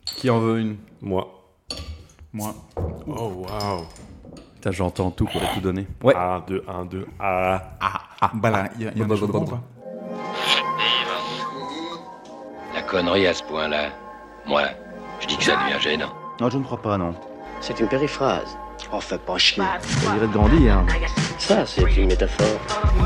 Qui en veut une? Moi. Moi. Oh, waouh. Putain, j'entends tout, quoi, tout donner. Ouais. 1, 2, 1, 2, ah. Bah là, il y a un échauffement, quoi. La connerie à ce point-là, moi, je dis que ça devient gênant. Non, je ne crois pas, non. C'est une périphrase. Oh, fais pas chier. On dirait de grandir. Ça, c'est une métaphore.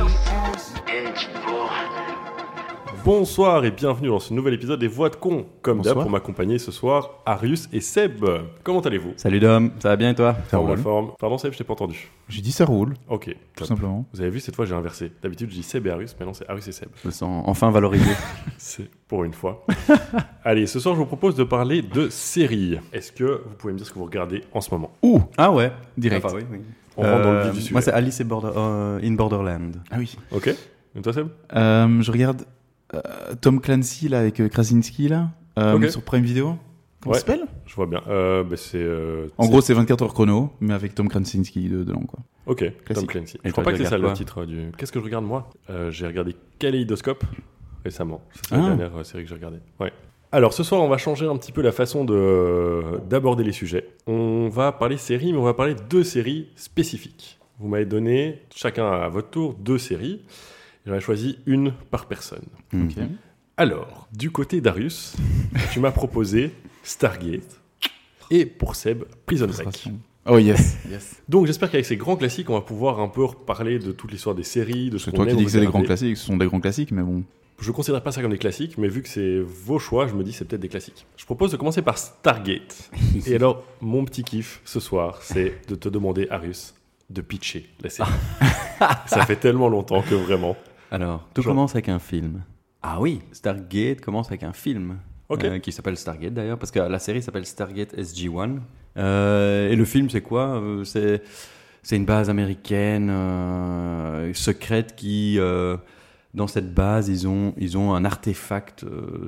Bonsoir et bienvenue dans ce nouvel épisode des Voix de Con. Comme d'hab, Bonsoir. pour m'accompagner ce soir, Arius et Seb. Comment allez-vous? Salut Dom, ça va bien et toi? Ça Forme, la roule. forme. Pardon Seb, je t'ai pas entendu. J'ai dit ça roule, Ok, tout top. simplement. Vous avez vu, cette fois j'ai inversé. D'habitude je dis Seb et Arius, maintenant c'est Arius et Seb. Je me sens enfin valorisé. C'est pour une fois. Allez, ce soir je vous propose de parler de séries. Est-ce que vous pouvez me dire ce que vous regardez en ce moment? Ah ouais, Direct. Enfin, oui. On rentre dans le vif du sujet. Moi c'est Alice in Borderland. Ah oui. Ok. Et toi Seb? Je regarde Tom Clancy là, avec Krasinski là, Ok. sur Prime Video. Comment Ouais. ça s'appelle? Je vois bien. C'est. En gros, c'est 24 heures chrono, mais avec Tom Krasinski dedans, quoi. Ok, Tom Classique. Clancy. Et Je crois toi, pas tu que c'est ça le regardes titre du. Qu'est-ce que je regarde moi? J'ai regardé Kaleidoscope récemment. C'est la Ah. dernière série que j'ai regardée. Ouais. Alors ce soir, on va changer un petit peu la façon d'aborder les sujets. On va parler séries, mais on va parler de 2 séries spécifiques. Vous m'avez donné, chacun à votre tour, 2 séries. J'en ai choisi une par personne. Ok. Alors, du côté d'Arius, tu m'as proposé Stargate et pour Seb, Prison Break. Frustration. Oh yes. Yes. Donc j'espère qu'avec ces grands classiques, on va pouvoir un peu reparler de toute l'histoire des séries, de ce C'est qu'on toi qui aime dis que c'est des regarder. grands classiques, ce sont des grands classiques, mais bon. Je ne considère pas ça comme des classiques, mais vu que c'est vos choix, je me dis que c'est peut-être des classiques. Je propose de commencer par Stargate. Et alors, mon petit kiff ce soir, c'est de te demander, Arius, de pitcher la série. Ça fait tellement longtemps que vraiment... Alors, tout Genre. commence avec un film. Ah oui, Stargate commence avec un film. Ok. Qui s'appelle Stargate d'ailleurs, parce que la série s'appelle Stargate SG-1. Et le film, c'est quoi? C'est une base américaine secrète qui, dans cette base, ils ont un artefact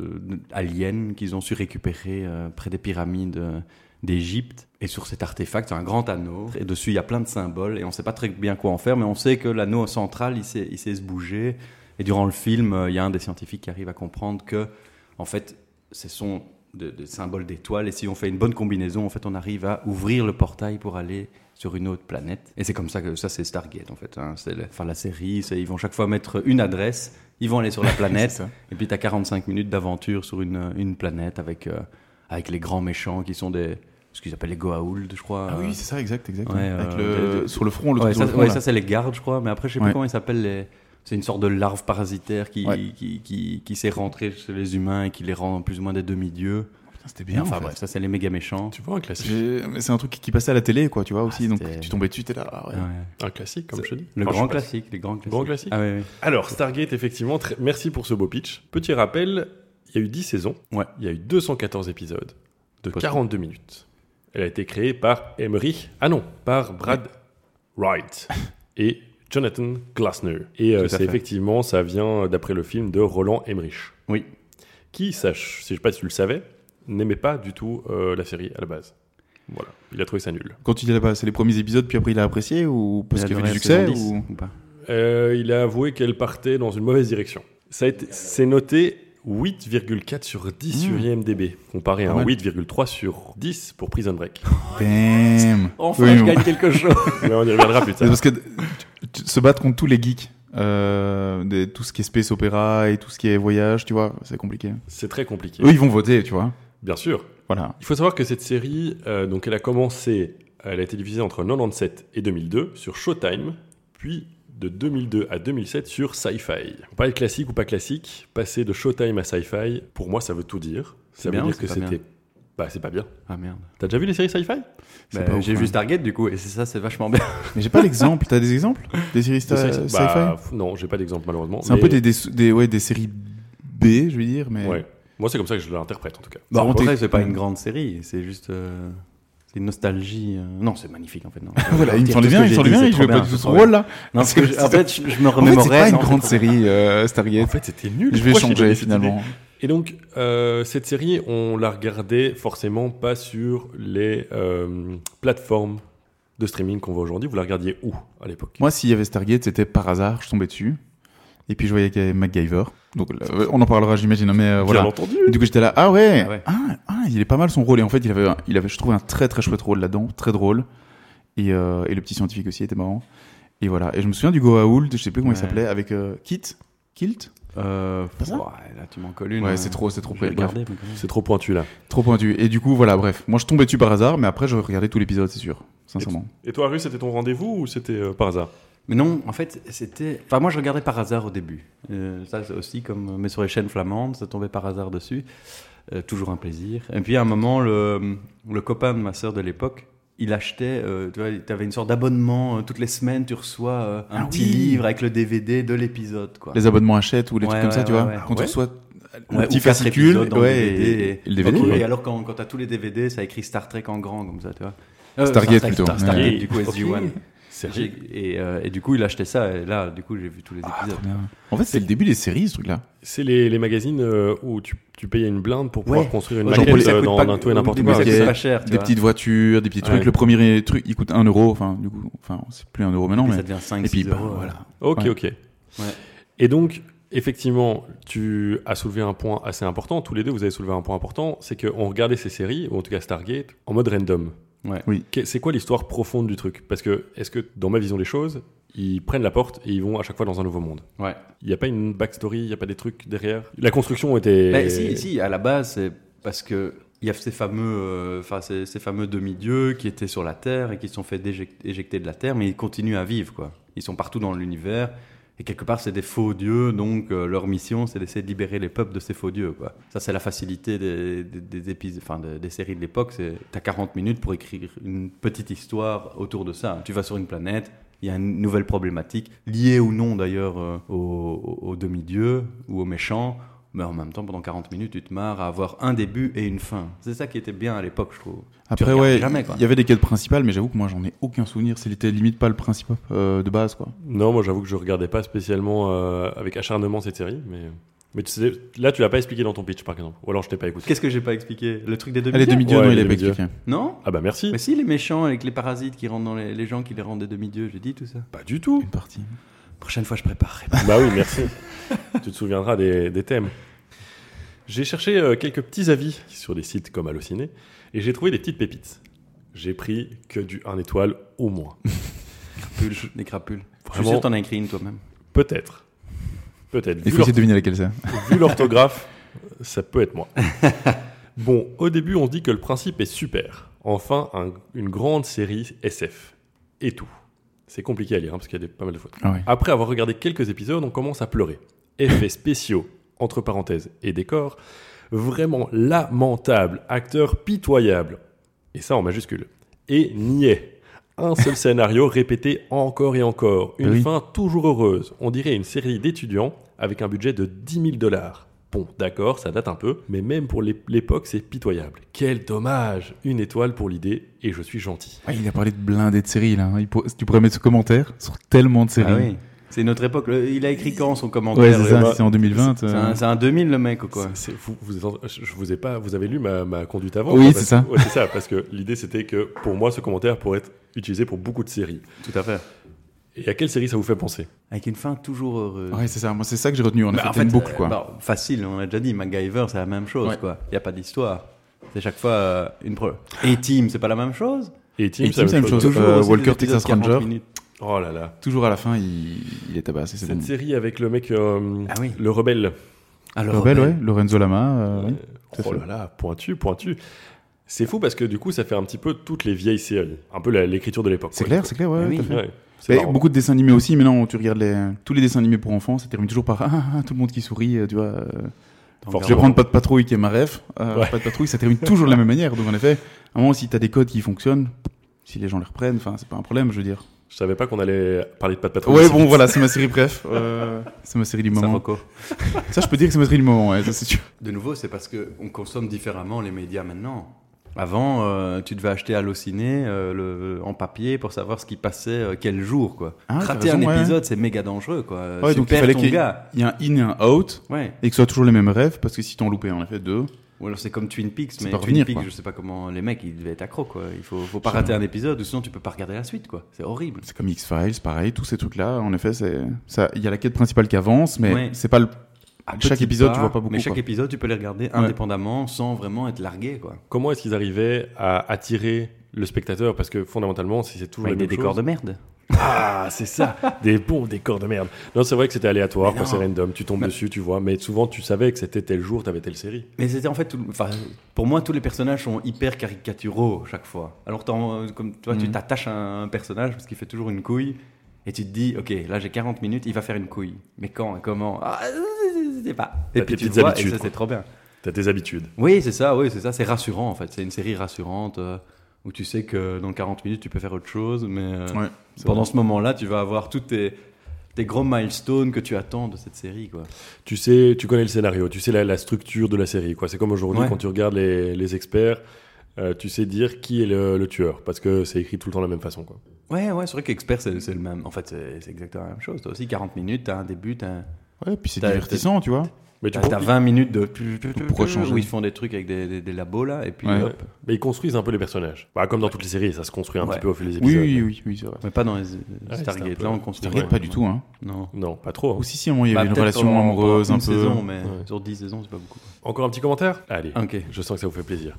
alien qu'ils ont su récupérer près des pyramides d'Égypte. Et sur cet artefact, c'est un grand anneau. Et dessus, il y a plein de symboles. Et on ne sait pas très bien quoi en faire, mais on sait que l'anneau central, il sait se bouger. Et durant le film, il y a un des scientifiques qui arrive à comprendre que, en fait, ce sont des symboles d'étoiles. Et si on fait une bonne combinaison, en fait, on arrive à ouvrir le portail pour aller sur une autre planète. Et c'est comme ça que ça, c'est Stargate, en fait. Hein. La série, ils vont chaque fois mettre une adresse, ils vont aller sur la planète, C'est ça. et puis tu as 45 minutes d'aventure sur une planète avec les grands méchants qui sont ce qu'ils appellent les Goa'uld, je crois. Ah oui, c'est ça, exact. ouais, Avec sur le front, le Ouais, truc sur ça, le front, ouais, là. ça, c'est les gardes, je crois, mais après, je sais plus Ouais. comment ils s'appellent. C'est une sorte de larve parasitaire qui s'est rentrée chez les humains et qui les rend plus ou moins des demi-dieux. Putain, c'était bien. Enfin en fait. bref, ça, c'est les méga méchants. Tu vois, un classique. Mais c'est un truc qui passait à la télé, quoi, tu vois, aussi. Donc c'était- tu tombais dessus, t'es là. Ah ouais. Ouais. Un classique, comme je te dis. Le Enfin, grand je sais pas. classique, les grands classiques. Grand classique. Ah oui, oui. Alors, Stargate, effectivement, merci pour ce beau pitch. Petit rappel, il y a eu 10 saisons. Ouais. Il y a eu 214 épisodes de Possible. 42 minutes. Elle a été créée par par Brad Wright et Jonathan Glasner. Et Tout à c'est fait. effectivement, ça vient d'après le film de Roland Emmerich, Oui. qui, je sais pas si tu le savais, n'aimait pas du tout la série à la base. Voilà, il a trouvé ça nul. Quand tu dis là-bas, c'est les premiers épisodes, puis après il a apprécié ou parce Il qu'il y avait du adorait la succès saison 10, ou... pas Il a avoué qu'elle partait dans une mauvaise direction. C'est noté 8,4 sur 10 sur IMDb, comparé à Pas un mal. 8,3 sur 10 pour Prison Break. Bam. Enfin, Oui, je bon. gagne quelque chose. Mais on y reviendra plus C'est tard. parce que se battre contre tous les geeks, tout ce qui est space opéra et tout ce qui est voyage, tu vois, c'est compliqué. C'est très compliqué. Eux, ils vont voter, tu vois. Bien sûr. Voilà. Il faut savoir que cette série, donc elle a été diffusée entre 97 et 2002 sur Showtime, puis de 2002 à 2007 sur Sci-Fi. On parlait de classique ou pas classique, passer de Showtime à Sci-Fi, pour moi ça veut tout dire. C'est Ça veut bien ou dire c'est que pas bien c'était... Bah c'est pas bien. Ah merde. T'as déjà vu les séries Sci-Fi? C'est Bah, pas ouf, j'ai hein. vu Stargate du coup, et c'est vachement bien. Mais j'ai pas l'exemple. T'as des exemples des séries Des séries- sci-fi? bah, non, j'ai pas d'exemple malheureusement. C'est un mais- peu des séries B, je veux dire, mais... Ouais. Moi c'est comme ça que je l'interprète en tout cas. Bah, en monté- vrai, c'est pas une grande série, c'est juste. C'est une nostalgie. Non, c'est magnifique en fait. Non. Voilà, il me Tout semblait ce bien, que il j'ai me semblait dit, bien, c'est il trop jouait pas bien, du tout c'est ce trop bien. rôle là. Non, parce que en fait, je me En fait, c'est remémorais. pas une non, grande c'est série, En Stargate. fait c'était nul. Je vais Pourquoi j'ai donné changer cette finalement. idée Et donc, cette série, on la regardait forcément pas sur les plateformes de streaming qu'on voit aujourd'hui. Vous la regardiez où à l'époque? Moi, s'il y avait Stargate, c'était par hasard, je tombais dessus. Et puis je voyais qu'il y avait MacGyver. Donc on en parlera, j'imagine. Mais voilà. Bien entendu. Et du coup, j'étais là, ah ouais, Ah ouais. il est pas mal son rôle. Et en fait, il avait, je trouvais un très très chouette rôle là-dedans, très drôle. Et le petit scientifique aussi était marrant. Et voilà. Et je me souviens du Goa'uld, je sais plus comment il s'appelait, avec Kilt. Ça ça là, tu m'en colles une. Ouais, c'est trop Je vais près. regarder, Bref, mais quand même. C'est trop pointu là. trop pointu. Et du coup, voilà, bref. Moi, je tombais dessus par hasard, mais après, je regardais tout l'épisode, c'est sûr. Sincèrement. Et toi, Ruth, c'était ton rendez-vous ou c'était par hasard? Mais non, en fait, c'était. Enfin, moi, je regardais par hasard au début. Ça, c'est aussi comme. Mais sur les chaînes flamandes, ça tombait par hasard dessus. Toujours un plaisir. Et puis, à un moment, le copain de ma sœur de l'époque, il achetait. Tu vois, tu avais une sorte d'abonnement. Toutes les semaines, tu reçois un petit livre avec le DVD de l'épisode, quoi. Les abonnements achètent ou les trucs comme ça, tu vois. Quand tu Ouais. reçois Ouais, le petit ou 4 fascicule, épisodes dans le DVD. et le DVD. Ok, quoi. et alors, quand t'as tous les DVD, ça écrit Star Trek en grand, comme ça, tu vois. Stargate, plutôt. Stargate, Ouais. du coup, SG-1. Sérieux? Et du coup, il achetait ça, et là, du coup, j'ai vu tous les épisodes. Bien. En fait, c'est le début des séries, ce truc-là. C'est les magazines où tu payais une blinde pour pouvoir Ouais. construire une Ouais, genre maquette pour les- dans un tout et n'importe au quoi. début, Ok. ça coûte pas cher, tu Des vois. petites voitures, des petits trucs. Ouais. Le premier truc, il coûte 1 euro. Enfin, du coup, c'est plus 1 euro maintenant, Et mais. ça devient 5, Et puis, 6 bah, euros. voilà. Ok, Ouais. ok. Ouais. Et donc, effectivement, tu as soulevé un point assez important. Tous les deux, vous avez soulevé un point important. C'est qu'on regardait ces séries, ou en tout cas Stargate, en mode random. Ouais. Oui. C'est quoi l'histoire profonde du truc? Parce que, est-ce que, dans ma vision des choses, ils prennent la porte et ils vont à chaque fois dans un nouveau monde? Ouais. Il n'y a pas une backstory, il n'y a pas des trucs derrière? La construction était... Ben, si, à la base, c'est parce que il y a ces fameux, ces fameux demi-dieux qui étaient sur la Terre et qui se sont fait éjecter de la Terre, mais ils continuent à vivre, quoi. Ils sont partout dans l'univers. Et quelque part, c'est des faux dieux, donc leur mission, c'est d'essayer de libérer les peuples de ces faux dieux, quoi. Ça, c'est la facilité des épisodes, des séries de l'époque. T'as 40 minutes pour écrire une petite histoire autour de ça. Tu vas sur une planète, il y a une nouvelle problématique, liée ou non d'ailleurs aux demi-dieux ou aux méchants. Mais en même temps, pendant 40 minutes, tu te marres à avoir un début et une fin. C'est ça qui était bien à l'époque, je trouve. Après, regardes ouais, jamais, quoi. il y avait des quêtes principales, mais j'avoue que moi, j'en ai aucun souvenir. C'était limite pas le principe de base, quoi. Non, moi j'avoue que je regardais pas spécialement avec acharnement cette série, mais tu sais, là tu l'as pas expliqué dans ton pitch par exemple, ou alors je t'ai pas écouté. Qu'est-ce que j'ai pas expliqué? Le truc des Les demi-dieux? demi-dieux, Ouais, non, les il avait pas demi-dieux. expliqué. Non? Ah bah merci. Mais si, les méchants avec les parasites qui rentrent dans les gens qui les rendent des demi-dieux, j'ai dit tout ça. Pas du tout. Une partie. Prochaine fois, je préparerai. Bah oui, merci. Tu te souviendras des thèmes. J'ai cherché quelques petits avis sur des sites comme Allociné et j'ai trouvé des petites pépites. J'ai pris que du 1 étoile au moins. Des crapules. Je suis Vraiment. sûr que t'en as écrit une toi-même. Peut-être. Il Vu faut essayer de deviner laquelle c'est. vu l'orthographe, ça peut être moi. Bon, au début, on se dit que le principe est super. Enfin, une grande série SF. Et tout. C'est compliqué à lire, hein, parce qu'il y a pas mal de fautes. Ah ouais. Après avoir regardé quelques épisodes, on commence à pleurer. Effets spéciaux, entre parenthèses, et décors, vraiment lamentable, acteur pitoyable. Et ça en majuscule. Et niais. Un seul scénario répété encore et encore. Une Oui. fin toujours heureuse. On dirait une série d'étudiants avec un budget de 10 000 $. Bon, d'accord, ça date un peu, mais même pour l'époque, c'est pitoyable. Quel dommage! Une étoile pour l'idée, et je suis gentil. Ouais, il a parlé de blindé de séries, là. Tu pourrais mettre ce commentaire sur tellement de séries. Ah oui. C'est une autre époque. Il a écrit quand son commentaire? Ouais, c'est ça, bah, c'est en 2020. C'est un 2000 le mec ou quoi? Vous avez lu ma conduite avant? Oui, quoi, c'est ça. Ouais, c'est ça, parce que l'idée c'était que pour moi, ce commentaire pourrait être utilisé pour beaucoup de séries. Tout à fait. Et à quelle série ça vous fait penser? Avec une fin toujours heureuse. Ouais, c'est ça. Moi, c'est ça que j'ai retenu. On a Bah, fait une boucle, quoi. Facile, on a déjà dit. MacGyver, c'est la même chose, Ouais. quoi. Il n'y a pas d'histoire. C'est chaque fois une preuve. Et Team, c'est pas la même chose? Et Team, Et c'est la Team, même chose. chose. Toujours aussi Walker, des épisodes Texas 40 Ranger. minutes. Oh là là. Toujours à la fin, il est tabassé. C'est Cette bon. série avec le mec, Ah oui. le rebelle. Alors, Rebelle, ouais. Lorenzo Lama. ouais. Oh fait. là là, pointu. C'est fou parce que du coup, ça fait un petit peu toutes les vieilles séries. Un peu l'écriture de l'époque. C'est quoi. clair, ouais. Oui. tout à fait. Ouais, c'est Mais marrant. beaucoup de dessins animés aussi. Maintenant, tu regardes tous les dessins animés pour enfants, ça termine toujours par tout le monde qui sourit, tu vois. Je vais prendre Pas de Patrouille qui est ma ref. Ouais. Pas de Patrouille, ça termine toujours de la même manière. Donc en effet, à un moment, si t'as des codes qui fonctionnent, si les gens les reprennent, enfin, c'est pas un problème, je veux dire. Je savais pas qu'on allait parler de Pas de Patrouille. Ouais, aussi bon, vite. voilà, c'est ma série bref. C'est ma série du moment. Saroko. Ça, je peux dire que c'est ma série du moment, ouais, ça c'est sûr. De nouveau, c'est parce qu'on consomme différemment les médias maintenant. Avant, tu devais acheter Allociné en papier pour savoir ce qui passait quel jour, quoi. Ah, t'as Rater un raison, ouais. épisode, c'est méga dangereux, quoi. Ouais, tu donc il perds fallait ton qu'il y ait gars. un in et un out, Ouais. et que ce soit toujours les mêmes rêves, parce que si t'en loupais en effet deux, Ou alors c'est comme Twin Peaks, C'est mais pas Twin revenir, Peaks, quoi. je sais pas comment les mecs ils devaient être accros quoi. Il faut pas rater un épisode ou sinon tu peux pas regarder la suite quoi. C'est horrible. C'est comme X-Files, pareil, tous ces trucs-là. En effet, il y a la quête principale qui avance, mais Ouais. c'est pas le. Chaque Petit épisode, pas, tu vois pas beaucoup. Mais chaque quoi. épisode, tu peux les regarder indépendamment sans vraiment être largué quoi. Comment est-ce qu'ils arrivaient à attirer le spectateur? Parce que fondamentalement, si c'est toujours Avec la des même décors chose... de merde. Ah, c'est ça. Des bons décors de merde. Non, c'est vrai que c'était aléatoire Mais quand c'est non. random. Tu tombes Mais- dessus, tu vois. Mais souvent, tu savais que c'était tel jour, t'avais telle série. Mais c'était en fait, enfin, pour moi, tous les personnages sont hyper caricaturaux chaque fois. Alors, comme toi, tu t'attaches à un personnage parce qu'il fait toujours une couille et tu te dis, ok, là j'ai 40 minutes, il va faire une couille. Mais quand et comment? Ah, je sais pas. Et T'as puis tes tu petites vois, habitudes, et ça quoi. c'est trop bien. T'as tes habitudes. Oui, c'est ça, c'est rassurant en fait. C'est une série rassurante où tu sais que dans 40 minutes tu peux faire autre chose, mais Ouais, c'est pendant vrai. ce moment-là, tu vas avoir tous tes gros milestones que tu attends de cette série, quoi. Tu sais, tu connais le scénario, tu sais la structure de la série, quoi. C'est comme aujourd'hui Ouais. quand tu regardes les experts, tu sais dire qui est le tueur parce que c'est écrit tout le temps de la même façon, quoi. Ouais, c'est vrai qu'Expert c'est le même. En fait, c'est exactement la même chose. T'as aussi 40 minutes, t'as un début, Ouais, puis c'est T'as- divertissant, tu vois. Mais tu t'as 20 minutes de pourquoi changer où ils font des trucs avec des labos là, et puis Ouais. hop. Mais ils construisent un peu les personnages. Bah, comme dans toutes les séries, ça se construit un Ouais. petit peu au fil des Oui, épisodes. oui, c'est vrai. Mais pas dans les c'est Stargate. un peu- Là, on construit. Stargate, pas du tout, hein. Non. Non, pas trop. hein. Ou si, à un moment, il y Bah, avait une peut-être relation pendant amoureuse une un peu. saison, mais Ouais. sur 10 saisons, c'est pas beaucoup. Encore un petit commentaire? Allez, Ok. je sens que ça vous fait plaisir.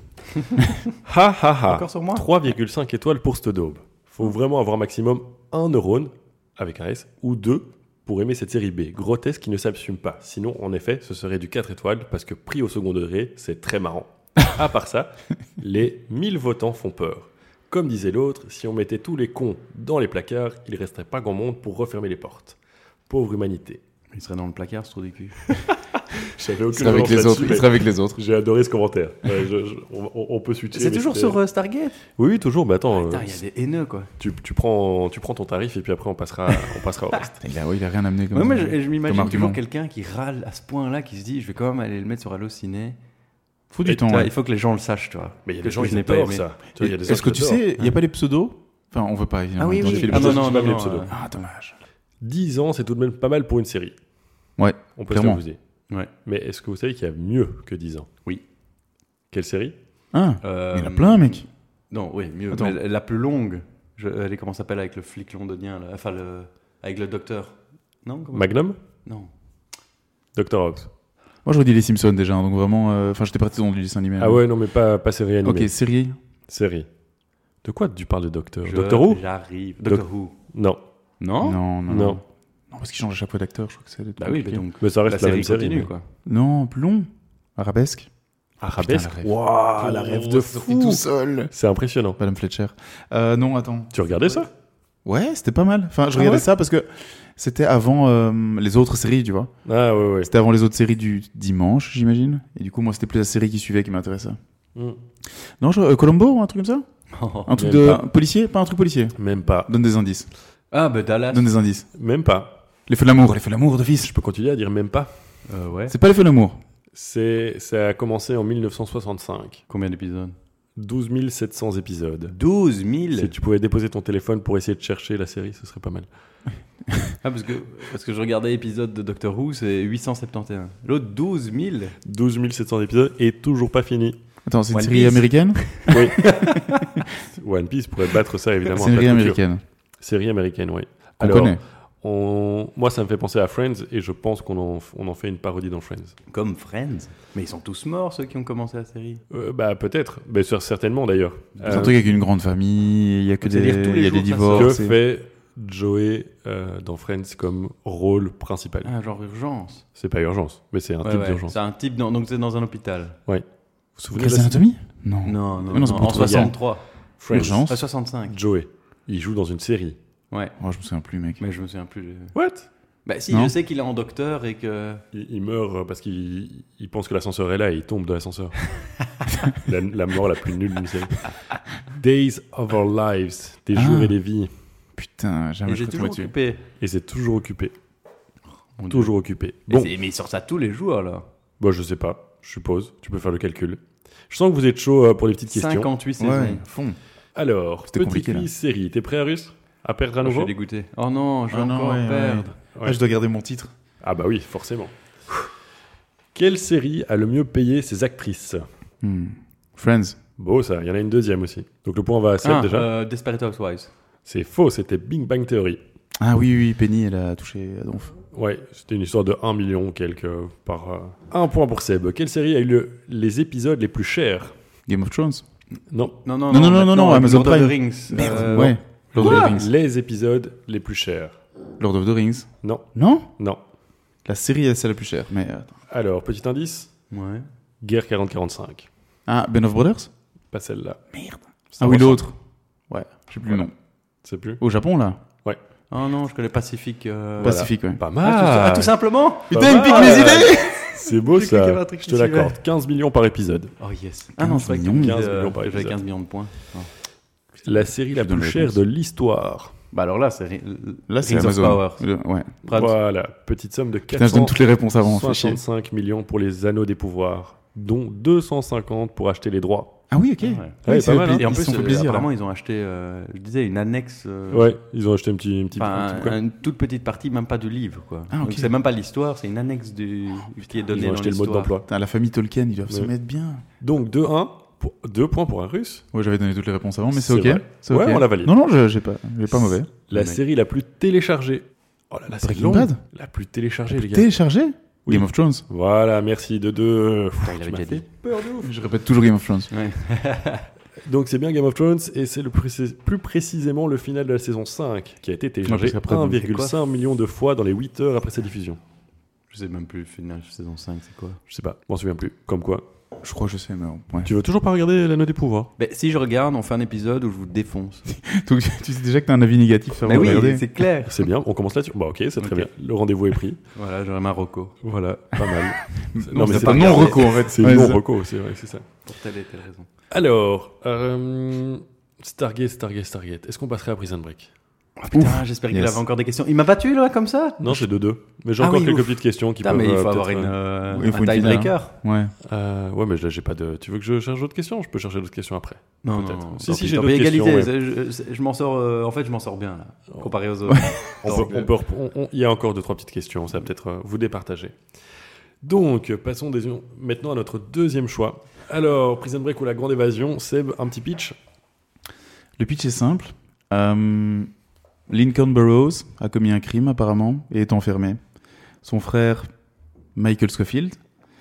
Ha ha ha. Encore sur moi 3,5 étoiles pour cette daube. Faut vraiment avoir maximum un neurone, avec un S, ou deux pour aimer cette série B. Grotesque qui ne s'assume pas. Sinon, en effet, ce serait du 4 étoiles parce que pris au second degré, c'est très marrant. À part ça, les 1000 votants font peur. Comme disait l'autre, si on mettait tous les cons dans les placards, il resterait pas grand monde pour refermer les portes. Pauvre humanité. Il serait dans le placard, ce trou du cul. J'avais Il aucune serait avec relance les là-dessus, autres. Il mais serait avec les autres. j'ai adoré ce commentaire. Ouais, on peut switcher. C'est mais toujours c'était- sur Stargate. Oui, oui, toujours. Mais attends, Putain, il y a des haineux, quoi. tu prends ton tarif et puis après on passera au reste. Il a rien amené comme Ouais, moi, je m'imagine comme toujours argument. quelqu'un qui râle à ce point-là, qui se dit, je vais quand même aller le mettre sur Allociné. Faut du temps. Tu vois, ouais. il faut que les gens le sachent, tu vois. Mais il y a Que des gens je qui n'ai pas adorent aimé. ça. Tu vois, il y a des Est-ce que gens tu qui sais, adorent. il n'y a pas les pseudos? Enfin, on veut pas évidemment. Ah oui, identifier oui. les Ah non, pseudos. non, pas non, les non, pseudos. Ah, dommage. 10 ans, c'est tout de même pas mal pour une série. Ouais, On peut clairement. s'amuser. Ouais. Mais est-ce que vous savez qu'il y a mieux que 10 ans? Oui. Quelle série? Ah, Euh, il y en a plein, mec. Non, oui, mieux. Attends. Mais la plus longue, elle est comment ça s'appelle avec le flic londonien, là. Enfin, avec le docteur. Non comment- Magnum? Non. Dr. House. Moi, j'aurais dit les Simpsons déjà, donc vraiment. Enfin, j'étais parti dans du dessin animé. Ah ouais, non, mais pas série animée. Ok, série. Série. De quoi tu parles de Docteur? Je- Doctor Who? J'arrive. Doctor Who. Non. Non. Non, non, Non. non. Non, parce qu'il change à chaque fois d'acteur, je crois que c'est. Bah oui, mais donc. Mais ça La reste la, série même série. continue, mais- quoi. Non, plus long. Arabesque. Arabesque? Putain, la rêve. Waouh, la rêve de fou! tout seul. C'est impressionnant. Madame Fletcher. Non, attends. Tu regardais ça? Ouais, c'était pas mal. Enfin, je Ah regardais ouais ça parce que c'était avant les autres séries, tu vois. Ah ouais, ouais. C'était avant les autres séries du dimanche, j'imagine. Et du coup, moi, c'était plus la série qui suivait qui m'intéressait. Hmm. Non, Columbo ou un truc comme ça? Un truc Même de pas. policier? Pas un truc policier. Même pas. Donne des indices. Ah, bah Dallas. Donne des indices. Même pas. Les feux de l'amour de fils. Je peux continuer à dire même pas. Ouais. C'est pas les feux d'amour. Ça a commencé en 1965. Combien d'épisodes 12 700 épisodes. 12 000. Si tu pouvais déposer ton téléphone pour essayer de chercher la série, ce serait pas mal. Ah, parce que je regardais l'épisode de Doctor Who, c'est 871. L'autre, 12 000. 12 700 épisodes et toujours pas fini. Attends, c'est une One série Piece. américaine? Oui. One Piece pourrait battre ça évidemment. C'est une à série plat de couture. américaine. Série américaine, oui. On connaît. Moi, ça me fait penser à Friends et je pense qu'on en fait une parodie dans Friends. Comme Friends. Mais ils sont tous morts, ceux qui ont commencé la série. Bah peut-être, mais certainement d'ailleurs. C'est un truc avec une grande famille, il y a que C'est-à-dire tous les il y a jours, des ça que divorces. fait Joey dans Friends comme rôle principal? Ah, genre urgence. C'est pas urgence, mais c'est un Ouais, type ouais. d'urgence. C'est un type, donc c'est dans un hôpital. Vous vous souvenez de Grey's la Anatomy? Non. Non, Mais non, c'est en pour toi, 63. Friends? Urgence. 65. Joey, il joue dans une série. Ouais. Oh, je me souviens plus, mec. Mais je me souviens plus. What? Bah si, Non. je sais qu'il est en docteur et que... Il meurt parce qu'il pense que l'ascenseur est là et il tombe de l'ascenseur. la mort la plus nulle d'une série. Days of Our Lives, des Ah. jours et des vies. Putain, jamais Et je j'ai serais toujours tombé dessus. occupé. Et c'est toujours occupé. Mon Dieu. Toujours occupé. Mais Bon, mais il sort ça tous les jours, alors. bah, je sais pas, je suppose. Tu peux faire le calcul. Je sens que vous êtes chaud pour les petites questions. 58 saisons. Ouais, à fond. Alors, C'était petit compliqué, là. quiz série. T'es prêt, Arus? À perdre à Je suis nouveau? dégoûté. Oh non, je vais Ah non, encore ouais, perdre. Ouais. Ah, je dois garder mon titre. Ah bah oui, forcément. Quelle série a le mieux payé ses actrices? Friends. Beau ça, il y en a une deuxième aussi. Donc le point va à Seb déjà. Desperate Housewives. C'est faux, c'était Big Bang Theory. Ah oui, Penny, elle a touché à Donf. Ouais, c'était une histoire de 1 million quelques par... Un point pour Seb. Quelle série a eu les épisodes les plus chers? Game of Thrones. Non. Non, Amazon Lord of the Prime. Rings. Merde, ouais. Lord of the Rings. Les épisodes les plus chers. Lord of the Rings. Non. Non? Non. La série est celle la plus chère, mais attends. Alors, petit indice. Ouais. Guerre 40-45. Ah, Ben of Brothers? Pas celle-là. Merde. Ça Ah oui, ressemble. l'autre. Ouais, je sais plus le nom. C'est plus. Au Japon, là? Oh non, je connais Pacifique. Pacifique, ouais. Pas mal. Tout simplement. Pas Putain, il me pique mal. mes idées! C'est beau J'ai cru qu'il y avait un ça. truc Je qui te suivait. l'accorde. 15 millions par épisode. Oh yes. 15 c'est vrai que tu millions. me disais, 15 millions par j'avais épisode. 15 millions de points. Oh. La série la donne plus la chère réponse. de l'histoire. Bah alors là, c'est Là, c'est Rings of Amazon. Power. Ouais. Brad. Voilà. Petite somme de Putain, je donne toutes les réponses avant, fais chier. 465 millions pour les Anneaux des Pouvoirs, dont 250 pour acheter les droits. Ah oui, ok. Ouais. Ouais, c'est pas mal, pla- hein. Et en ils se plus, sont fait plaisir, là. apparemment, ils ont acheté, je disais, une annexe. Ouais, ils ont acheté un petit Enfin, quoi. une toute petite partie, même pas du livre, quoi. Ah, ok. Donc c'est même pas l'histoire, c'est une annexe qui est donnée Ils ont dans acheté le mode l'histoire. d'emploi. Putain, la famille Tolkien, ils doivent se Ouais. mettre bien. Donc 2-1, 2 points pour un russe. Ouais, j'avais donné toutes les réponses avant, mais c'est C'est ok. vrai. C'est Ouais, ok. on la valide. Non, j'ai pas mauvais. La mec. série la plus téléchargée. Oh là là, c'est Breaking long. Bad La plus téléchargée, les gars. Téléchargé? Oui. Game of Thrones. Voilà, merci de 2. Putain, il avait déjà dit. peur de ouf. Je répète toujours Game of Thrones. Ouais. Donc c'est bien Game of Thrones et c'est plus précisément le final de la saison 5 qui a été téléchargé parce qu'après, donc, 1,5 million de fois dans les 8 heures après sa diffusion. Je sais même plus le final de saison 5, c'est quoi. Je sais pas, je m'en souviens plus. Comme quoi. Je crois que je sais, mais ouais. Tu veux toujours pas regarder l'Anneau des Pouvoirs? Mais si je regarde, on fait un épisode où je vous défonce. Donc, tu sais déjà que t'as un avis négatif sur Mais oui, regarder. c'est clair. C'est bien, on commence là-dessus. Bah ok, c'est très Ok. bien. Le rendez-vous est pris. Voilà, j'aurais ma reco. Voilà, pas mal. Non, mais c'est pas non-reco en fait. C'est Ouais, non ça. reco, c'est vrai, c'est ça. Pour telle et telle raison. Alors, Stargate. Est-ce qu'on passerait à Prison Break? Oh, putain, j'espère qu'il Yes. avait encore des questions. Il m'a battu là, comme ça. Non, c'est 2-2. Mais j'ai Ah encore oui, quelques ouf. petites questions qui Putain, peuvent. mais il faut peut-être, avoir il faut un une finale, tiebreaker. Ouais. Ouais, mais là, j'ai pas de. Tu veux que je cherche d'autres questions? Je peux chercher d'autres questions après. Non, Peut-être. non, Si, tant si, pis, j'ai tant d'autres pis. questions, Égalité, je m'en sors. En fait, je m'en sors bien là, comparé aux autres. Il y a encore 2-3 petites questions, ça va peut-être vous départager. Donc, passons maintenant à notre deuxième choix. Alors, Prison Break ou La Grande Évasion, Seb, un petit pitch. Le pitch est simple. Lincoln Burroughs a commis un crime apparemment et est enfermé. Son frère Michael Scofield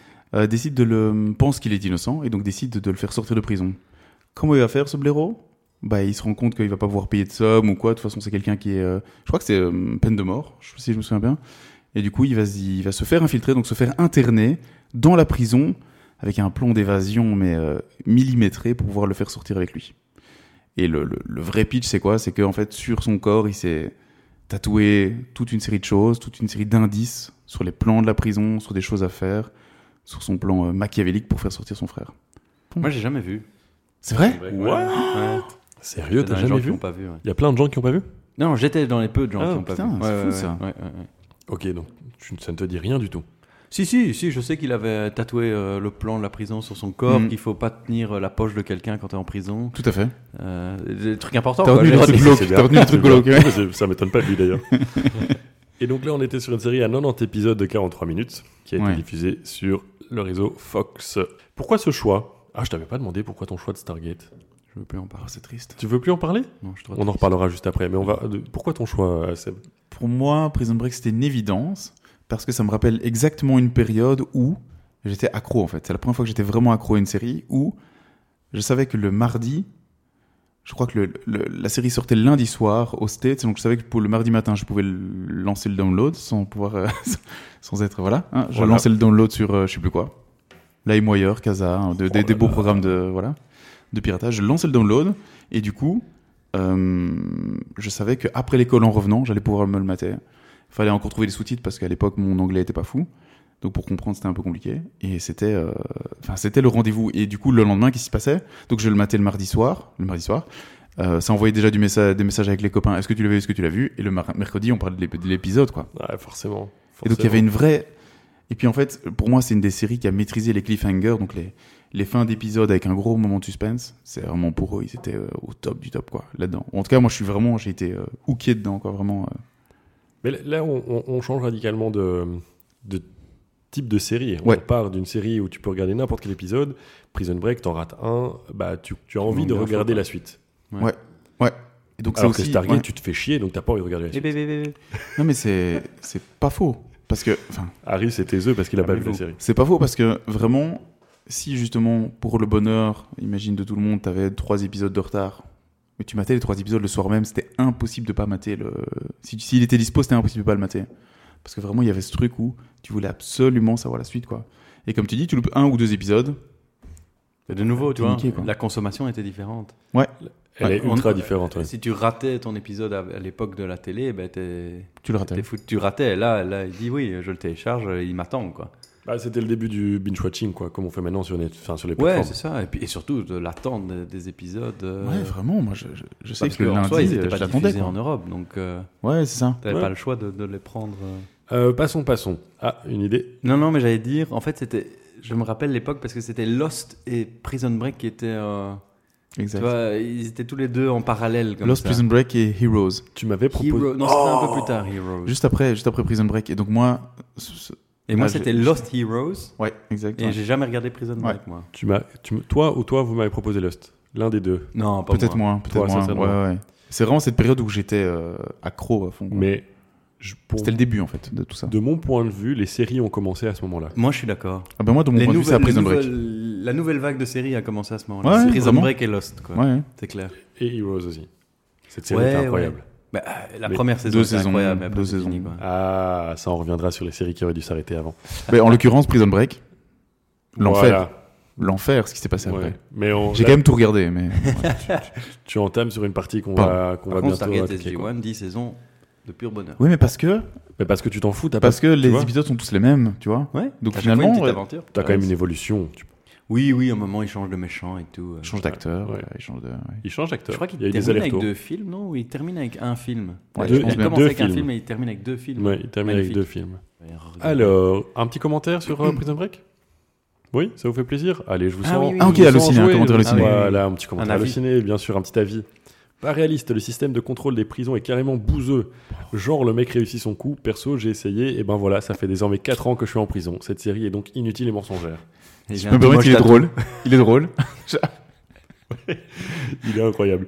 pense qu'il est innocent et donc décide de le faire sortir de prison. Comment il va faire ce blaireau? Bah, il se rend compte qu'il va pas pouvoir payer de somme ou quoi. De toute façon, c'est quelqu'un qui est, je crois que c'est peine de mort, si je me souviens bien. Et du coup, il va se faire infiltrer, donc se faire interner dans la prison avec un plan d'évasion mais millimétré pour pouvoir le faire sortir avec lui. Et le vrai pitch, c'est quoi? C'est qu'en fait, sur son corps, il s'est tatoué toute une série de choses, toute une série d'indices sur les plans de la prison, sur des choses à faire, sur son plan machiavélique pour faire sortir son frère. Moi, j'ai jamais vu. C'est vrai? Ouais. Sérieux, Il y t'as a des gens jamais qui vu? l'ont pas vu. Ouais. Il y a plein de gens qui n'ont pas vu? Non, j'étais dans les peu de gens Ah, qui n'ont pas putain, vu. c'est fou, ça. Ouais. Ok, donc ça ne te dit rien du tout. Si, je sais qu'il avait tatoué le plan de la prison sur son corps, qu'il faut pas tenir la poche de quelqu'un quand t'es en prison. Tout à fait. Des trucs importants. T'as quoi. retenu J'ai les trucs retenu- glauques. C'est bien. T'as retenu les trucs C'est bien. glauques, ouais. Ouais, ça m'étonne pas de lui d'ailleurs. Et donc là, on était sur une série à 90 épisodes de 43 minutes qui a été Ouais. diffusée sur le réseau Fox. Pourquoi ce choix? Ah, je t'avais pas demandé pourquoi ton choix de Stargate. Je veux plus en parler. C'est triste. Tu veux plus en parler? Non, je suis trop On en triste. reparlera juste après. Mais pourquoi ton choix, Seb? Pour moi, Prison Break, c'était une évidence parce que ça me rappelle exactement une période où j'étais accro, en fait. C'est la première fois que j'étais vraiment accro à une série où je savais que le mardi, je crois que la série sortait le lundi soir au States, donc je savais que pour le mardi matin, je pouvais lancer le download sans pouvoir, sans être, voilà. Hein, je Voilà. lançais le download sur, je sais plus quoi, LimeWire, Casa, hein, des beaux programmes de piratage. Je lançais le download et du coup, je savais qu'après l'école en revenant, j'allais pouvoir me le mater. Il fallait encore trouver les sous-titres parce qu'à l'époque, mon anglais était pas fou. Donc pour comprendre, c'était un peu compliqué. Et c'était le rendez-vous. Et du coup, le lendemain, qu'est-ce qui se passait? Donc je le matais le mardi soir. Ça envoyait déjà des messages avec les copains. Est-ce que tu l'as vu? Est-ce que tu l'as vu? Et le mercredi, on parlait de l'épisode, quoi. Ouais, forcément. Et donc il y avait une vraie... Et puis en fait, pour moi, c'est une des séries qui a maîtrisé les cliffhangers, donc les fins d'épisode avec un gros moment de suspense. C'est vraiment pour eux, ils étaient au top du top, quoi, là-dedans. En tout cas, moi, j'ai été hooké dedans, quoi, vraiment. Mais là, on change radicalement de type de série. Ouais. On part d'une série où tu peux regarder n'importe quel épisode. Prison Break, t'en rates un, bah tu as envie de bien regarder faut, la suite. Ouais. Et donc Alors c'est que aussi. Stargate, ouais. tu te fais chier, donc t'as pas envie de regarder la suite. Non, mais c'est pas faux. Parce que. Enfin, Harry, c'était eux parce qu'il a pas vu la Calmez-vous. série. c'est pas faux parce que vraiment, si justement, pour le bonheur, imagine de tout le monde, t'avais 3 épisodes de retard, mais tu matais les 3 épisodes le soir même, c'était impossible de pas mater le. S'il était dispo, c'était impossible de pas le mater. Parce que vraiment, il y avait ce truc où tu voulais absolument savoir la suite, quoi. Et comme tu dis, tu loupes 1 ou 2 épisodes. Et de nouveau, tu vois, Niqué, quoi. la consommation était différente. Elle est ultra différente. Ouais. Si tu ratais ton épisode à l'époque de la télé, ben Tu le ratais. tu ratais. Là, il dit oui, je le télécharge, il m'attend, quoi. Bah, c'était le début du binge-watching, quoi, comme on fait maintenant sur les Ouais, plateformes. c'est ça. Et surtout de l'attente des épisodes. Ouais, vraiment, moi je sais Parce que le qu'en lundi, soi, ils n'étaient je pas l'attendais, diffusés quoi. en Europe, donc Ouais, c'est ça. t'avais Ouais. pas le choix de les prendre. Passons. Ah, une idée. Non, mais j'allais dire, en fait, je me rappelle l'époque parce que c'était Lost et Prison Break qui étaient, tu Exact. vois, ils étaient tous les deux en parallèle comme Lost ça. Prison Break et Heroes. Tu m'avais proposé. Non, c'était un peu plus tard, Heroes. Juste après Prison Break. Et donc moi. Et moi, Là, c'était j'ai- Lost Heroes. Ouais, exact. Et ouais. j'ai jamais regardé Prison Break, moi. Toi, vous m'avez proposé Lost. L'un des deux. Non, pas Peut-être moi. moins. Peut-être Toi, moins. certainement. Ouais. C'est vraiment cette période où j'étais accro à fond. quoi. Mais C'était le début en fait de tout ça. de mon point de vue, les séries ont commencé à ce moment-là. Moi, je suis d'accord. Ah ben moi, de mon point de vue, c'est à Prison Break. La nouvelle vague de séries a commencé à ce moment-là. Ouais, C'est Prison vraiment. Break et Lost, quoi. Ouais. C'est clair. Et Heroes aussi. Cette série Ouais, était incroyable. Bah, la Mais première saison, deux c'est saisons, incroyable. mais après, deux c'est fini, saisons. quoi. Ah, ça en reviendra sur les séries qui auraient dû s'arrêter avant. Mais en l'occurrence, Prison Break. L'enfer. Voilà. L'enfer, ce qui s'est passé Ouais. après. Mais J'ai là, quand même tout regardé, mais. tu entames sur une partie qu'on Pardon. va Par contre, bientôt Stargate attaquer, quoi. SG-1, 10 saisons de pur bonheur. Oui, mais parce que Mais parce que tu t'en fous, tu les vois, épisodes sont tous les mêmes, tu vois. Ouais. Donc À chaque finalement, fois, une petite ouais, aventure. t'as quand même une évolution. Oui, à un moment, il change de méchant et tout. il change d'acteur, Ouais. il change de. ouais. Il change d'acteur. Je crois qu'il Il y a eu des termine avec allers-retours. 2 films, non? Ou il termine avec un film? Ouais, Deux- je pense Il bien. commence deux avec un films. film et il termine avec 2 films. Ouais, il termine avec Magnifique. 2 films. Ouais, regarde. Alors, un petit commentaire sur Prison Break? Oui, ça vous fait plaisir? Allez, je vous Ah sens. oui, oui, Ah, ok, je vous sens halluciné, un jouer. commentaire halluciné. Voilà, un petit commentaire Un avis. halluciné, bien sûr, un petit avis. Pas réaliste, le système de contrôle des prisons est carrément bouseux. Genre, le mec réussit son coup. Perso, j'ai essayé, et ben voilà, ça fait désormais 4 ans que je suis en prison. Cette série est donc inutile et mensongère. Et Je me permets qu'il est drôle. Il est drôle. Il est incroyable.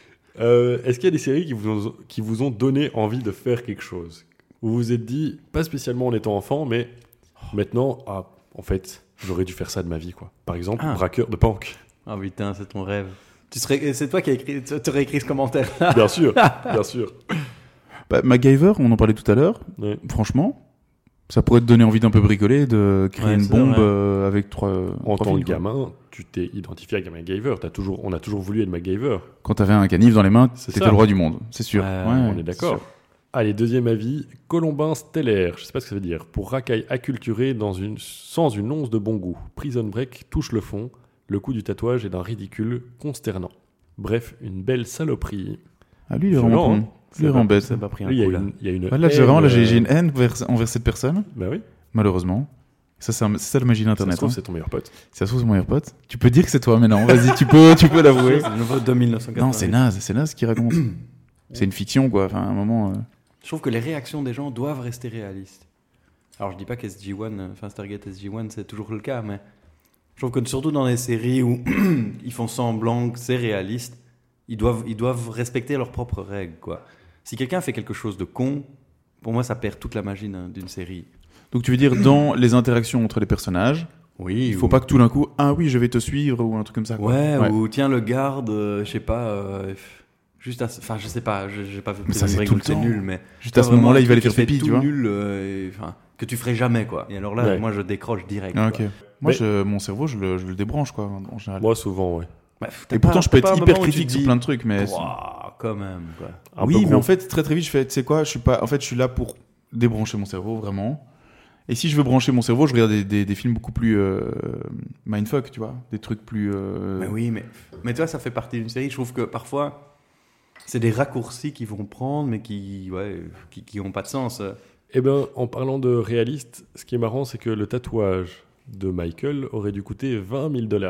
Est-ce qu'il y a des séries qui vous ont donné envie de faire quelque chose? Vous vous êtes dit, pas spécialement en étant enfant, mais maintenant, ah, en fait, j'aurais dû faire ça de ma vie, quoi. Par exemple, Ah. braqueur de banque. Ah putain, c'est ton rêve. C'est toi qui as écrit, tu aurais écrit ce commentaire. Bien sûr, bien sûr. Bah, MacGyver, on en parlait tout à l'heure. Ouais. Franchement, ça pourrait te donner envie d'un peu bricoler, de créer Ouais, une c'est bombe vrai. avec trois. En trois tant que fils, quoi. gamin, tu t'es identifié avec un MacGyver. On a toujours voulu être MacGyver. Quand t'avais un canif dans les mains, C'est t'étais ça. le roi du monde, c'est sûr. Ouais, On est d'accord. Allez, deuxième avis. Colombin stellaire. Je sais pas ce que ça veut dire. Pour racaille acculturé sans une once de bon goût. Prison Break touche le fond. Le coup du tatouage est d'un ridicule consternant. Bref, une belle saloperie. Ah, lui, il est Violent, vraiment hein. con. Lui, il est vraiment bête. Ça m'a pris un Lui, il y a coup, là. une Ouais, là, j'ai une haine envers cette personne, Bah oui. malheureusement. Ça, c'est ça la magie Ça se d'Internet. trouve, hein. c'est ton meilleur pote. Si ça se trouve, c'est mon meilleur pote. Tu peux dire que c'est toi maintenant. Vas-y, tu peux l'avouer. C'est le nouveau de 1980. Non, c'est naze ce qu'il raconte. C'est une fiction, quoi. Enfin, à un moment. Je trouve que les réactions des gens doivent rester réalistes. Alors, je dis pas qu'SG-1, enfin Stargate SG-1, c'est toujours le cas, mais je trouve que surtout dans les séries où ils font semblant que c'est réaliste, ils doivent respecter leurs propres règles, quoi. Si quelqu'un fait quelque chose de con, pour moi, ça perd toute la magie d'une série. Donc, tu veux dire, dans les interactions entre les personnages, Oui. il faut pas que tout d'un coup, ah oui, je vais te suivre ou un truc comme ça. Quoi. Ouais, ou tiens le garde, je sais pas, juste enfin je sais pas, j'ai pas vu Mais ça, Prison c'est Break, tout le donc c'est temps. nul, mais Juste à ce moment-là, il va aller faire pipi, tout tu vois. nul, enfin que tu ferais jamais, quoi. Et alors là, Ouais. moi je décroche direct. Ah, quoi. ok. Moi, Mais- mon cerveau, je le débranche, quoi, en général. Moi, souvent, ouais. Bref, Et pourtant, je peux être hyper critique sur plein de trucs, mais. Ouah, quand même, quoi. Un peu Oui, mais gros. en fait, très vite, je fais, tu sais quoi, en fait, je suis là pour débrancher mon cerveau, vraiment. Et si je veux brancher mon cerveau, je regarde des films beaucoup plus mindfuck, tu vois, des trucs plus. Mais oui, mais toi, ça fait partie d'une série. Je trouve que parfois, c'est des raccourcis qu'ils vont prendre, mais qui ont pas de sens. Eh ben, en parlant de réaliste, ce qui est marrant, c'est que le tatouage de Michael aurait dû coûter $20 000.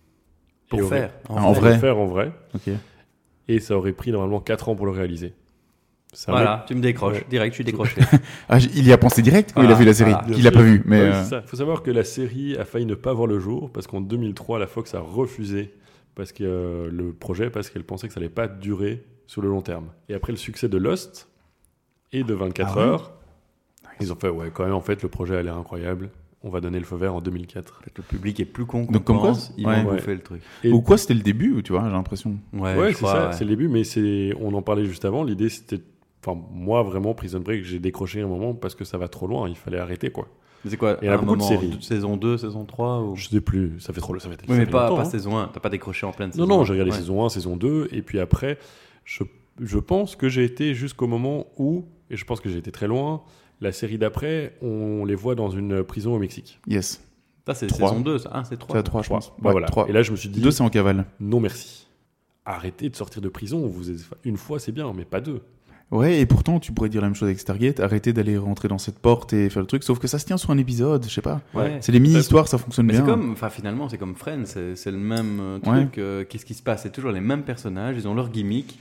Pour Et aurait- faire. En vrai. le faire en vrai. Ok. Et ça aurait pris normalement 4 ans pour le réaliser. C'est un mec- Voilà, tu me décroches. Ouais. Direct, je suis décroché. Ah, il y a pensé direct quand il a Voilà, vu la série. voilà. Il l'a pas vu, mais Ouais, c'est ça. Il faut savoir que la série a failli ne pas voir le jour parce qu'en 2003, la Fox a refusé parce que, le projet parce qu'elle pensait que ça allait pas durer sur le long terme. Et après le succès de Lost et de 24 Ah ouais heures, ils ont fait ouais, quand même, en fait, le projet a l'air incroyable. On va donner le feu vert en 2004. En fait, le public est plus con qu'on Donc, comme quoi, pense. Ils ouais. vont Ouais. bouffer le truc. Et- ou quoi, c'était le début, tu vois, j'ai l'impression. Ouais, je c'est crois, ça, ouais. c'est le début, mais on en parlait juste avant. L'idée, c'était. Enfin, moi, vraiment, Prison Break, j'ai décroché un moment parce que ça va trop loin. Il fallait arrêter, quoi. Mais c'est quoi Il y en a un beaucoup de moment, séries. Saison 2, saison 3 ou... Je sais plus, ça fait trop ça fait Oui, mais fait pas longtemps, hein. saison 1. T'as pas décroché en pleine Non, saison. non, j'ai regardé Ouais. saison 1, saison 2, et puis après, je pense que j'ai été jusqu'au moment où, et je pense que j'ai été très loin, la série d'après, on les voit dans une prison au Mexique. Yes. Ça, c'est 3. saison 2, ça. Ah, c'est 3. C'est à 3, je pense. Bah, voilà. 3. Et là, je me suis dit, 2, c'est en cavale. non merci. Arrêtez de sortir de prison. Une fois, c'est bien, mais pas deux. Ouais, et pourtant, tu pourrais dire la même chose avec Stargate. Arrêtez d'aller rentrer dans cette porte et faire le truc. Sauf que ça se tient sur un épisode, je sais pas. Ouais. C'est des mini-histoires, ça fonctionne Mais bien. c'est comme, enfin finalement, c'est comme Friends, c'est le même truc. Qu'est-ce qui se passe? C'est toujours les mêmes personnages, ils ont leur gimmick.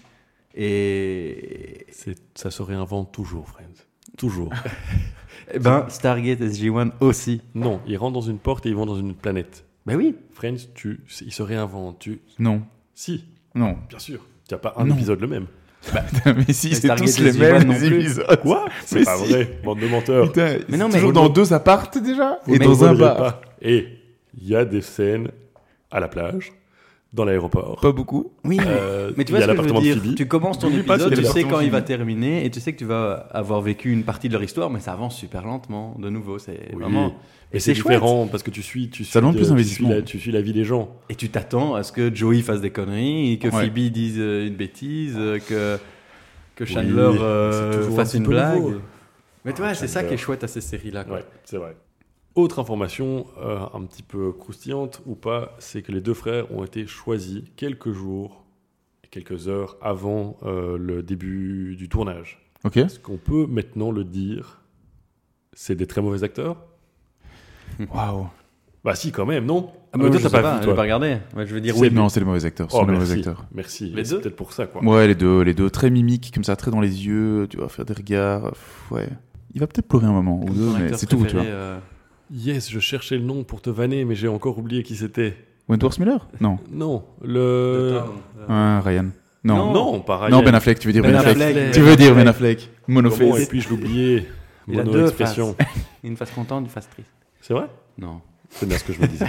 Et. Ça se réinvente toujours, Friends. Toujours. Eh ben, Stargate SG-1 aussi. Non, ils rentrent dans une porte et ils vont dans une planète. Ben oui. Friends, ils se réinventent. Non. Si, Non. bien sûr. Il n'y a pas un Non. épisode le même. mais si, Mais c'est Stargate tous les SG-1 mêmes non plus. épisodes. Quoi? C'est Mais pas si. vrai, bande de menteurs. Putain, Mais non, c'est mais- toujours dans 2 appartes déjà. Et Mais dans un Vous bar. pas. Et il y a des scènes à la plage, dans l'aéroport. Pas beaucoup. Oui. Mais tu vois il y a ce que je veux l'appartement de dire. Phoebe. Tu commences ton N'oublie pas, épisode, c'est tu sais l'appartement quand il va Phoebe. terminer et tu sais que tu vas avoir vécu une partie de leur histoire, mais ça avance super lentement. De nouveau, c'est Oui. vraiment. Et c'est chouette. différent parce que tu suis Ça demande plus d'investissement. tu suis la vie des gens. Et tu t'attends à ce que Joey fasse des conneries, et que Ouais. Phoebe dise une bêtise, que Oui, Chandler c'est toujours fasse un une petit peu blague. nouveau. Mais tu vois, c'est ça Chandler. qui est chouette à ces séries-là. quoi. Ouais, c'est vrai. Autre information un petit peu croustillante ou pas, c'est que les deux frères ont été choisis quelques jours et quelques heures avant le début du tournage. Ok. Est-ce qu'on peut maintenant le dire? C'est des très mauvais acteurs? Waouh. Bah si, quand même, non? Ah, mais toi, moi, je t'as sais pas vu, j'ai toi. pas regardé. Ouais, je veux dire, C'est oui. Non, c'est les mauvais acteurs. Ce Oh, sont les mauvais merci. acteurs. Merci. Les C'est deux peut-être pour ça, quoi. Ouais, les deux. Très mimiques, comme ça, très dans les yeux. Tu vas faire des regards. Ouais. Il va peut-être pleurer un moment ou deux, Ton mais acteur c'est tout, tu préféré, vois. Yes, je cherchais le nom pour te vanner, mais j'ai encore oublié qui c'était. Wentworth Miller? Non. Non, de Town. Ah, Ryan. Non. Non, pareil. Non, Ben Affleck, tu veux dire Ben Ben Affleck. Affleck. Tu veux dire Ben Affleck. Comment Monoface. puis-je l'oublier? Il a Mono deux expression. faces. Une face contente, une face triste. C'est vrai? Non. C'est bien ce que je me disais.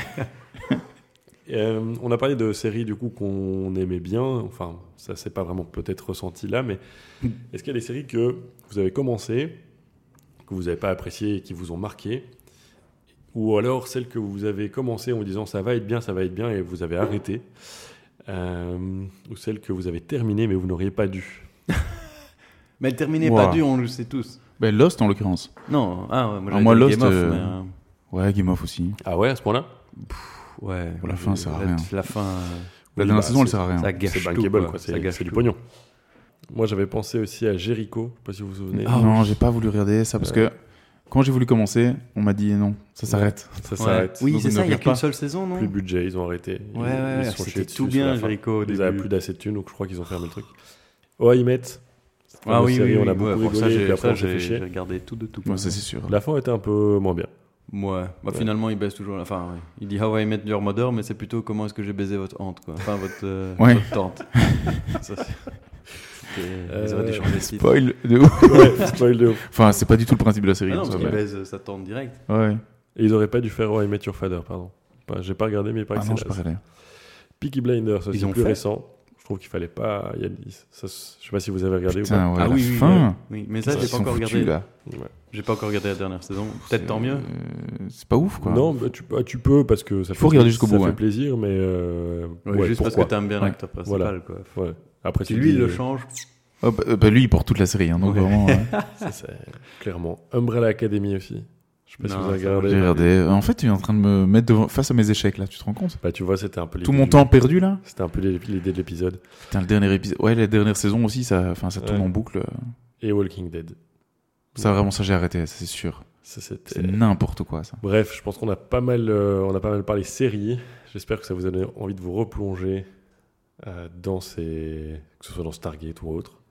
On a parlé de séries du coup qu'on aimait bien. Enfin, ça s'est pas vraiment peut-être ressenti là, mais est-ce qu'il y a des séries que vous avez commencé, que vous n'avez pas appréciées et qui vous ont marqué, ou alors celles que vous avez commencé en vous disant ça va être bien et vous avez arrêté, ou celles que vous avez terminées mais vous n'auriez pas dû. Mais elle terminait Wow. pas dû, on le sait tous. Ben Lost, en l'occurrence. Non, ah ouais, moi, Ah, moi, j'avais dit Lost, Game of, Ouais, Game of aussi. Ah ouais, à ce point-là? ouais. Pour la fin, ça sert à rien. La fin, La Oui, dernière bah, saison, elle c'est- sert à rien. ça gâche C'est tout. bankable, quoi. quoi. Ça C'est gâche c'est du tout. pognon. Moi, j'avais pensé aussi à Jericho. Je sais pas si vous vous souvenez. Ah, Non, j'ai pas voulu regarder ça parce que quand j'ai voulu commencer, on m'a dit non, ça s'arrête. Ça Ouais. s'arrête. Oui, Donc, c'est on ça, ne il n'y a regarde qu'une pas. seule saison, non? Plus de budget, ils ont arrêté. Ils Ouais, se sont c'était chiés tout dessus sur bien, la fin. Jericho, au Ils début. avaient plus d'assez de thunes, donc je crois qu'ils ont fermé le truc. Oh, I Met. Ah oui, série, oui, on a oui, beaucoup ouais, pour rigolé, ça, et puis après, on s'est j'ai fait chier. regardé tout de tout. Ouais, ça c'est sûr. La fin était un peu moins bien. Ouais, bah, finalement, il baisse toujours. Enfin, ouais. Il dit How I Met Your Mother, mais c'est plutôt comment est-ce que j'ai baisé votre tante, quoi. Enfin, Ouais. votre tante. Ça, ils auraient dû changer le titre. Spoil de ouf. Ouais, spoil de ouf. Enfin, c'est pas du tout le principe de la série. Ah non, en parce soi, qu'il mais- baise sa tante direct. Ouais. Et ils auraient pas dû faire Oh, I Met Your Father, pardon. J'ai pas regardé, mais il paraît Ah que non, c'est je pas naze. regardé. Peaky Blinders, ça, Ils c'est ont plus fait récent. Je trouve qu'il fallait pas. Je sais pas si vous avez regardé ou Putain, pas. ouais, Ah la oui, oui, fin. Oui, mais ça, Ça, j'ai Ils pas sont encore foutus, regardé. là. Ouais. J'ai pas encore regardé la dernière saison. Peut-être tant mieux. C'est pas ouf, quoi. Non, bah, tu peux parce que ça Faut fait, regarder jusqu'au ça bout, fait ouais. plaisir, mais Ouais, juste parce que pourquoi t'aimes bien Ouais. l'acteur principal, Voilà. quoi. Ouais. Après, Si tu lui, dis, il le change. Oh, bah, lui, il porte toute la série, hein, donc Ouais. vraiment. c'est clairement Umbrella Academy aussi. Je sais pas si Non, vous avez ça, regardé. J'ai regardé. En fait, tu es en train de me mettre face à mes échecs, là, tu te rends compte? Bah, tu vois, c'était un peu Tout l'idée mon du- temps perdu, là? C'était un peu l'idée de l'épisode. Putain, le dernier épisode. Ouais, la dernière saison aussi, ça tourne Ouais. en boucle. Et Walking Dead. Ça, vraiment, ça, j'ai arrêté, ça, c'est sûr. Ça, c'était. C'est n'importe quoi, ça. Bref, je pense qu'on a pas mal parlé séries. J'espère que ça vous a donné envie de vous replonger dans que ce soit dans Stargate ou autre.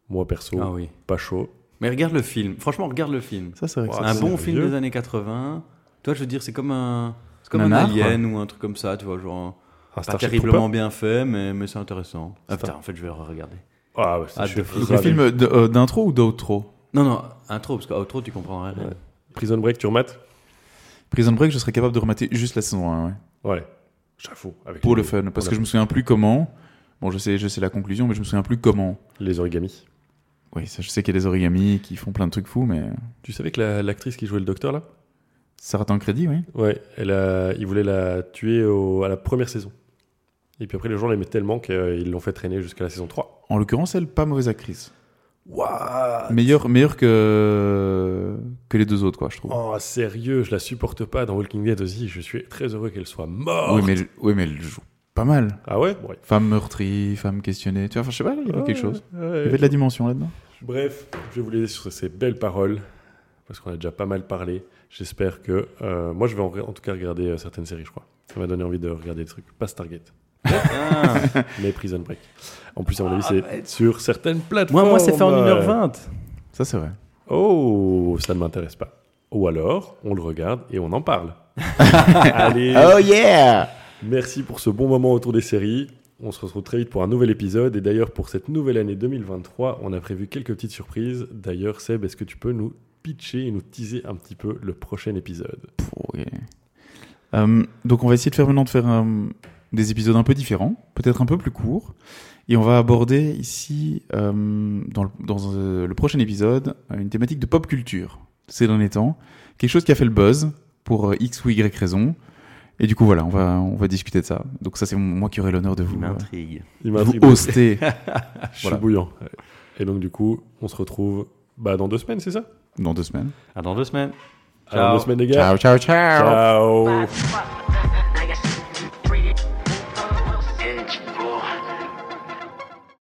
Moi, perso, Ah oui. pas chaud. Mais regarde le film. Franchement, regarde le film. Ça, c'est vrai que Ouais, c'est Un c'est bon vieux. film des années 80. Toi, je veux dire, c'est comme un Nanar, Alien ou un truc comme ça, tu vois, genre Un pas Starship terriblement Trooper. bien fait, mais c'est intéressant. Ah Ça. putain, en fait, je vais regarder. Ah, ouais, c'est Hâte sûr. de fou. Donc, le film d'intro ou d'outro? Non, intro, parce qu'outro, tu comprendrais rien. Ouais. Prison Break, tu remates? Prison Break, je serais capable de remater juste la saison 1, ouais. Ouais. J'avoue. Avec Pour les- le fun, parce on que a- je me souviens plus comment. Bon, je sais la conclusion, mais je me souviens plus comment. Les origamis. Oui, ça, je sais qu'il y a des origamis qui font plein de trucs fous, mais Tu savais que l'actrice qui jouait le docteur, là? ça rate en crédit, oui. Ouais, il voulait la tuer à la première saison. Et puis après, les gens l'aimaient tellement qu'ils l'ont fait traîner jusqu'à la saison 3. En l'occurrence, elle, pas mauvaise actrice. Waouh! Meilleure que les deux autres, quoi, je trouve. Oh, sérieux, je la supporte pas dans Walking Dead aussi. Je suis très heureux qu'elle soit morte. Oui, mais elle joue pas mal. Ah ouais? Ouais. Femme meurtrie, femme questionnée. Tu vois, enfin, je sais pas, il y avait quelque chose. Ouais. Il y avait de la dimension là-dedans. Bref, je vais vous laisser sur ces belles paroles, parce qu'on a déjà pas mal parlé. J'espère que... moi, je vais en tout cas regarder certaines séries, je crois. Ça m'a donné envie de regarder des trucs. Pas Stargate, Ah. mais Prison Break. En plus, à mon avis, c'est sur certaines plateformes. Moi, c'est fait en 1h20. Ça, c'est vrai. Oh, ça ne m'intéresse pas. Ou alors, on le regarde et on en parle. Allez, Oh yeah! merci pour ce bon moment autour des séries. On se retrouve très vite pour un nouvel épisode. Et d'ailleurs, pour cette nouvelle année 2023, on a prévu quelques petites surprises. D'ailleurs, Seb, est-ce que tu peux nous pitcher et nous teaser un petit peu le prochain épisode? Ok. Donc, on va essayer de faire des épisodes un peu différents, peut-être un peu plus courts. Et on va aborder ici, dans le prochain épisode, une thématique de pop culture ces derniers temps. Quelque chose qui a fait le buzz pour X ou Y raison. Et du coup, voilà, on va discuter de ça. Donc ça, c'est moi qui aurai l'honneur de Il vous, m'intrigue. Il vous m'intrigue. hoster Je suis bouillant. Et donc, du coup, on se retrouve dans 2 semaines, c'est ça? dans 2 semaines. À dans 2 semaines. Alors, 2 semaines, les gars. Ciao, ciao, ciao! Ciao. Bye.